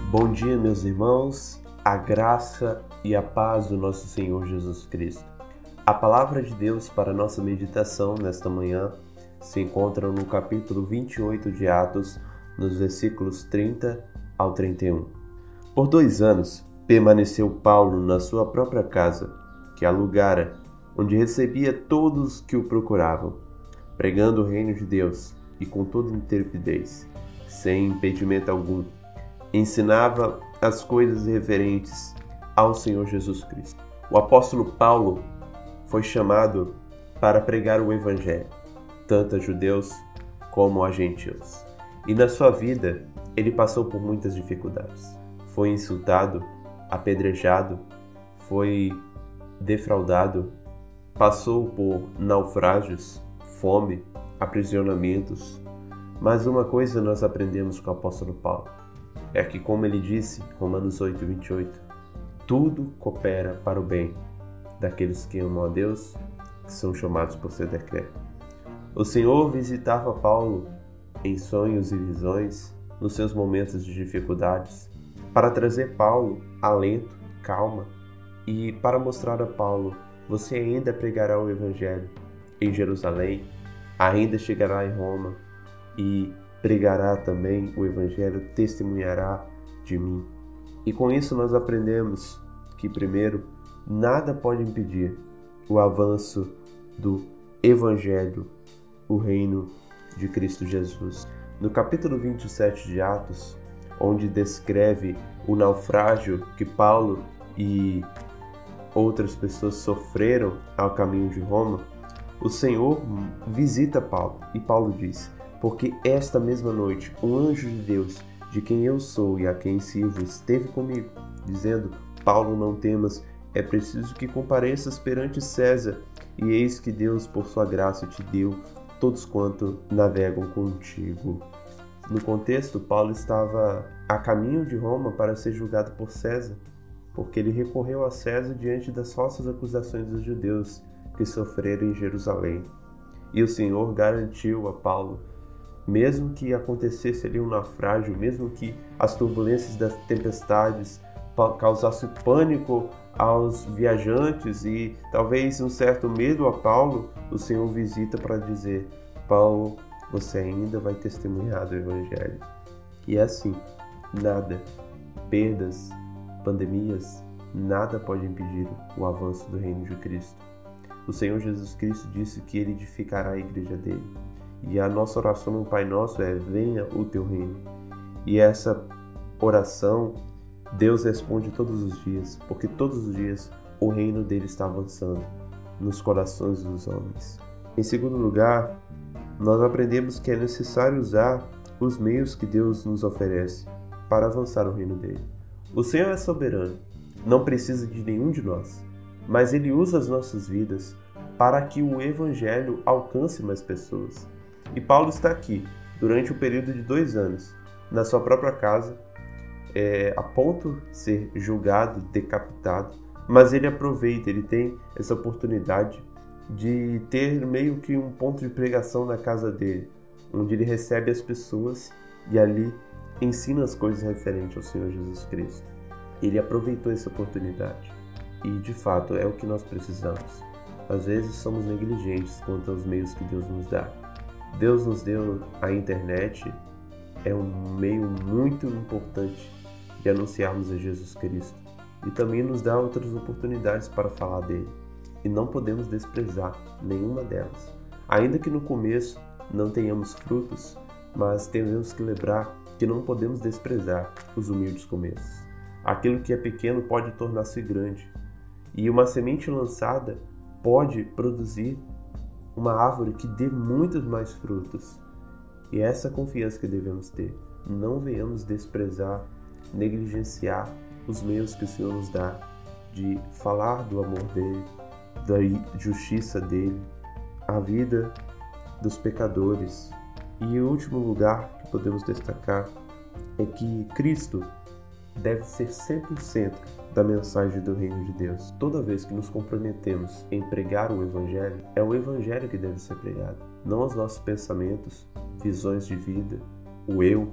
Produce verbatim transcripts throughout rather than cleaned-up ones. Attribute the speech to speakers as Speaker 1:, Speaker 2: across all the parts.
Speaker 1: Bom dia, meus irmãos, a graça e a paz do nosso Senhor Jesus Cristo. A palavra de Deus para a nossa meditação nesta manhã se encontra no capítulo vinte e oito de Atos, nos versículos trinta ao trinta e um. Por dois anos permaneceu Paulo na sua própria casa, que alugara, onde recebia todos que o procuravam, pregando o reino de Deus e com toda intrepidez, sem impedimento algum. Ensinava as coisas referentes ao Senhor Jesus Cristo. O apóstolo Paulo foi chamado para pregar o Evangelho, tanto a judeus como a gentios. E na sua vida, ele passou por muitas dificuldades. Foi insultado, apedrejado, foi defraudado, passou por naufrágios, fome, aprisionamentos. Mas uma coisa nós aprendemos com o apóstolo Paulo, é que, como ele disse, Romanos oito, vinte e oito, tudo coopera para o bem daqueles que amam a Deus, que são chamados por seu decreto. O Senhor visitava Paulo em sonhos e visões, nos seus momentos de dificuldades, para trazer Paulo alento, calma, e para mostrar a Paulo: você ainda pregará o Evangelho em Jerusalém, ainda chegará em Roma e pregará também o Evangelho, testemunhará de mim. E com isso nós aprendemos que, primeiro, nada pode impedir o avanço do Evangelho, o reino de Cristo Jesus. No capítulo vinte e sete de Atos, onde descreve o naufrágio que Paulo e outras pessoas sofreram ao caminho de Roma, o Senhor visita Paulo e Paulo diz: porque esta mesma noite um anjo de Deus, de quem eu sou e a quem sirvo, esteve comigo, dizendo: Paulo, não temas, é preciso que compareças perante César, e eis que Deus, por sua graça, te deu todos quanto navegam contigo. No contexto, Paulo estava a caminho de Roma para ser julgado por César, porque ele recorreu a César diante das falsas acusações dos judeus que sofreram em Jerusalém. E o Senhor garantiu a Paulo, mesmo que acontecesse ali um naufrágio, mesmo que as turbulências das tempestades causassem pânico aos viajantes e talvez um certo medo a Paulo, o Senhor visita para dizer: Paulo, você ainda vai testemunhar do Evangelho. E é assim, nada, perdas, pandemias, nada pode impedir o avanço do reino de Cristo. O Senhor Jesus Cristo disse que Ele edificará a igreja dele. E a nossa oração no Pai Nosso é: venha o teu reino. E essa oração Deus responde todos os dias, porque todos os dias o reino dele está avançando nos corações dos homens. Em segundo lugar, nós aprendemos que é necessário usar os meios que Deus nos oferece para avançar o reino dele. O Senhor é soberano, não precisa de nenhum de nós, mas Ele usa as nossas vidas para que o Evangelho alcance mais pessoas. E Paulo está aqui, durante o período de dois anos, na sua própria casa, é, a ponto de ser julgado, decapitado, mas ele aproveita, ele tem essa oportunidade de ter meio que um ponto de pregação na casa dele, onde ele recebe as pessoas e ali ensina as coisas referentes ao Senhor Jesus Cristo. Ele aproveitou essa oportunidade e, de fato, é o que nós precisamos. Às vezes somos negligentes quanto aos meios que Deus nos dá. Deus nos deu a internet, é um meio muito importante de anunciarmos a Jesus Cristo. E também nos dá outras oportunidades para falar dele. E não podemos desprezar nenhuma delas. Ainda que no começo não tenhamos frutos, mas temos que lembrar que não podemos desprezar os humildes começos. Aquilo que é pequeno pode tornar-se grande. E uma semente lançada pode produzir uma árvore que dê muitos mais frutos. E é essa confiança que devemos ter. Não venhamos desprezar, negligenciar os meios que o Senhor nos dá de falar do amor dele, da justiça dele, a vida dos pecadores. E em último lugar que podemos destacar é que Cristo deve ser sempre o centro da mensagem do reino de Deus. Toda vez que nos comprometemos em pregar o Evangelho, é o Evangelho que deve ser pregado, não os nossos pensamentos, visões de vida, o eu,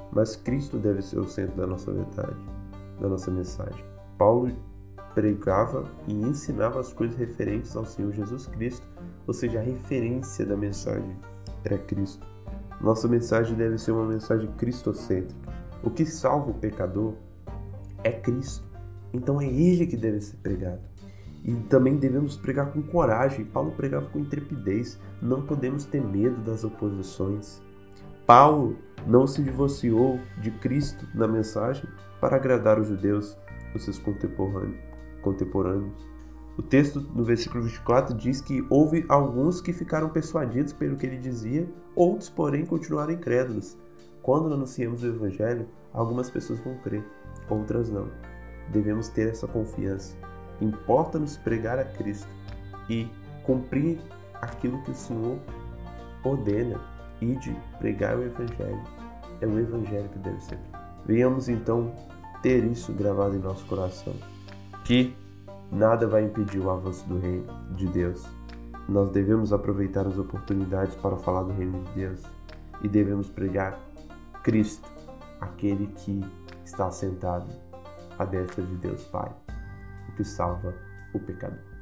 Speaker 1: mas Cristo deve ser o centro da nossa verdade, da nossa mensagem. Paulo pregava e ensinava as coisas referentes ao Senhor Jesus Cristo, ou seja, a referência da mensagem era Cristo. Nossa mensagem deve ser uma mensagem cristocêntrica. O que salva o pecador é Cristo. Então é Ele que deve ser pregado. E também devemos pregar com coragem. Paulo pregava com intrepidez. Não podemos ter medo das oposições. Paulo não se divorciou de Cristo na mensagem para agradar os judeus, os seus contemporâneos. O texto, no versículo vinte e quatro, diz que houve alguns que ficaram persuadidos pelo que ele dizia, outros, porém, continuaram incrédulos. Quando anunciamos o Evangelho, algumas pessoas vão crer, outras não. Devemos ter essa confiança. Importa-nos pregar a Cristo e cumprir aquilo que o Senhor ordena, e de pregar o Evangelho. É o Evangelho que deve ser. Venhamos então ter isso gravado em nosso coração, que nada vai impedir o avanço do reino de Deus. Nós devemos aproveitar as oportunidades para falar do reino de Deus e devemos pregar Cristo, aquele que está sentado à destra de Deus Pai, o que salva o pecador.